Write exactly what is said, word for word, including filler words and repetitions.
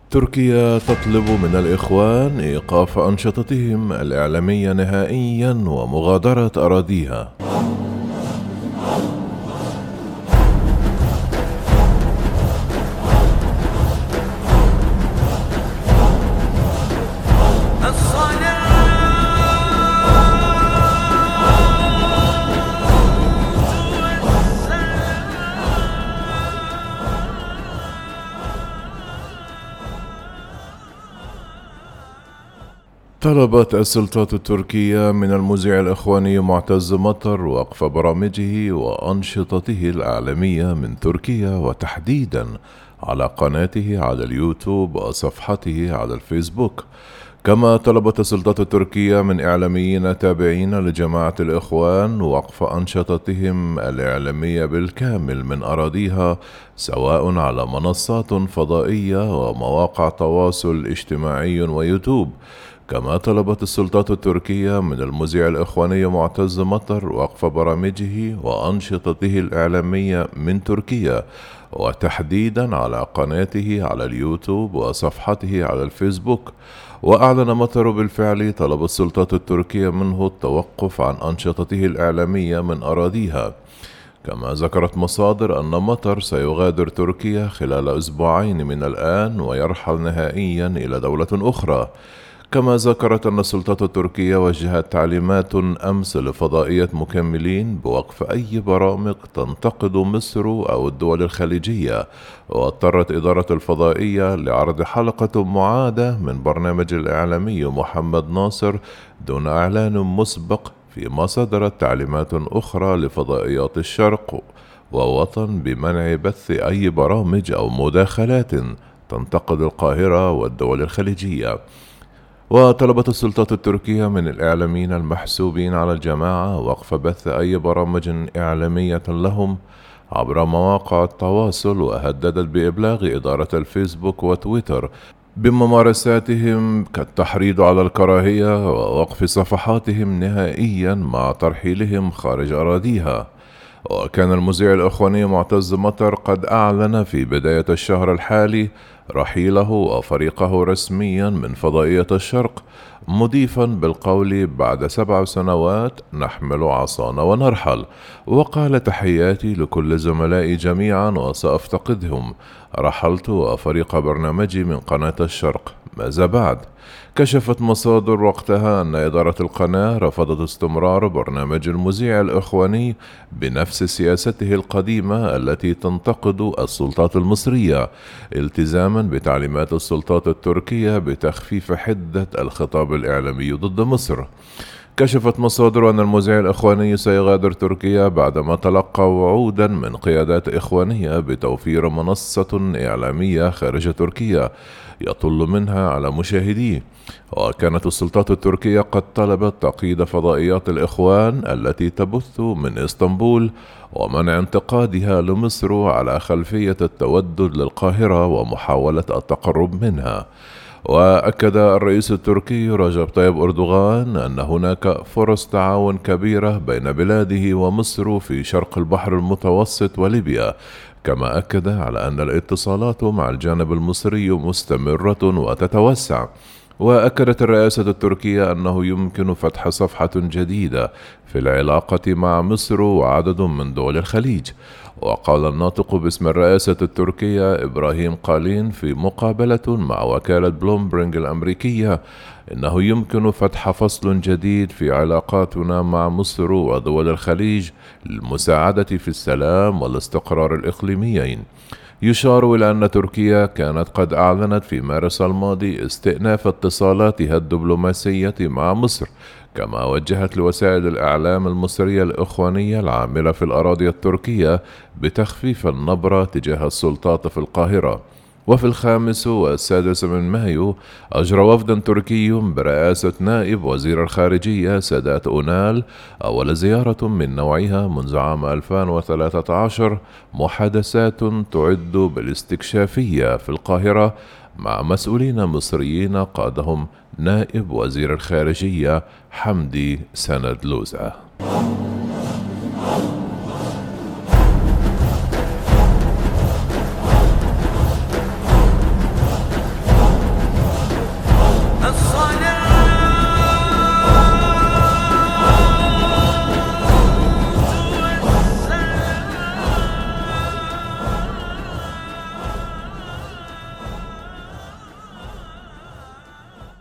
تركيا تطلب من الإخوان إيقاف أنشطتهم الإعلامية نهائياً ومغادرة أراضيها. طلبت السلطات التركية من المذيع الإخواني معتز مطر وقف برامجه وأنشطته الإعلامية من تركيا، وتحديداً على قناته على اليوتيوب وصفحته على الفيسبوك. كما طلبت السلطات التركية من إعلاميين تابعين لجماعة الإخوان وقف أنشطتهم الإعلامية بالكامل من أراضيها، سواء على منصات فضائية ومواقع تواصل اجتماعي ويوتيوب. كما طلبت السلطات التركية من المذيع الإخواني معتز مطر وقف برامجه وأنشطته الإعلامية من تركيا، وتحديدا على قناته على اليوتيوب وصفحته على الفيسبوك. وأعلن مطر بالفعل طلب السلطات التركية منه التوقف عن أنشطته الإعلامية من أراضيها. كما ذكرت مصادر أن مطر سيغادر تركيا خلال أسبوعين من الآن ويرحل نهائيا إلى دولة أخرى. كما ذكرت أن السلطات التركية وجهت تعليمات أمس لفضائية مكملين بوقف أي برامج تنتقد مصر أو الدول الخليجية، واضطرت إدارة الفضائية لعرض حلقة معادة من برنامج الإعلامي محمد ناصر دون إعلان مسبق، فيما صدرت تعليمات أخرى لفضائيات الشرق ووطن بمنع بث أي برامج أو مداخلات تنتقد القاهرة والدول الخليجية. وطلبت السلطات التركية من الإعلاميين المحسوبين على الجماعة وقف بث أي برامج إعلامية لهم عبر مواقع التواصل، وهددت بإبلاغ إدارة الفيسبوك وتويتر بممارساتهم كالتحريض على الكراهية ووقف صفحاتهم نهائيا مع ترحيلهم خارج أراضيها. وكان المذيع الإخواني معتز مطر قد أعلن في بداية الشهر الحالي رحيله وفريقه رسميا من فضائية الشرق، مضيفا بالقول: بعد سبع سنوات نحمل عصانا ونرحل. وقال: تحياتي لكل زملائي جميعا وسأفتقدهم، رحلت وفريق برنامجي من قناة الشرق، ماذا بعد؟ كشفت مصادر وقتها أن إدارة القناة رفضت استمرار برنامج المذيع الإخواني بنفس سياسته القديمة التي تنتقد السلطات المصرية، التزاما بتعليمات السلطات التركية بتخفيف حدة الخطاب الإعلامي ضد مصر. كشفت مصادر أن المذيع الإخواني سيغادر تركيا بعدما تلقى وعودا من قيادات إخوانية بتوفير منصة إعلامية خارج تركيا يطل منها على مشاهديه. وكانت السلطات التركية قد طلبت تقييد فضائيات الإخوان التي تبث من إسطنبول ومنع انتقادها لمصر على خلفية التودد للقاهرة ومحاولة التقرب منها. وأكد الرئيس التركي رجب طيب أردوغان أن هناك فرص تعاون كبيرة بين بلاده ومصر في شرق البحر المتوسط وليبيا. كما أكد على أن الاتصالات مع الجانب المصري مستمرة وتتوسع. وأكدت الرئاسة التركية أنه يمكن فتح صفحة جديدة في العلاقة مع مصر وعدد من دول الخليج. وقال الناطق باسم الرئاسة التركية إبراهيم قالين في مقابلة مع وكالة بلومبرج الأمريكية إنه يمكن فتح فصل جديد في علاقاتنا مع مصر ودول الخليج للمساعدة في السلام والاستقرار الإقليميين. يشار إلى أن تركيا كانت قد أعلنت في مارس الماضي استئناف اتصالاتها الدبلوماسية مع مصر، كما وجهت لوسائل الإعلام المصرية الإخوانية العاملة في الأراضي التركية بتخفيف النبرة تجاه السلطات في القاهرة. وفي الخامس والسادس من مايو أجرى وفد تركي برئاسة نائب وزير الخارجية سادات أونال أول زيارة من نوعها منذ عام ألفين وثلاثة عشر محادثات تعد بالاستكشافية في القاهرة مع مسؤولين مصريين قادهم نائب وزير الخارجية حمدي سند لوزة.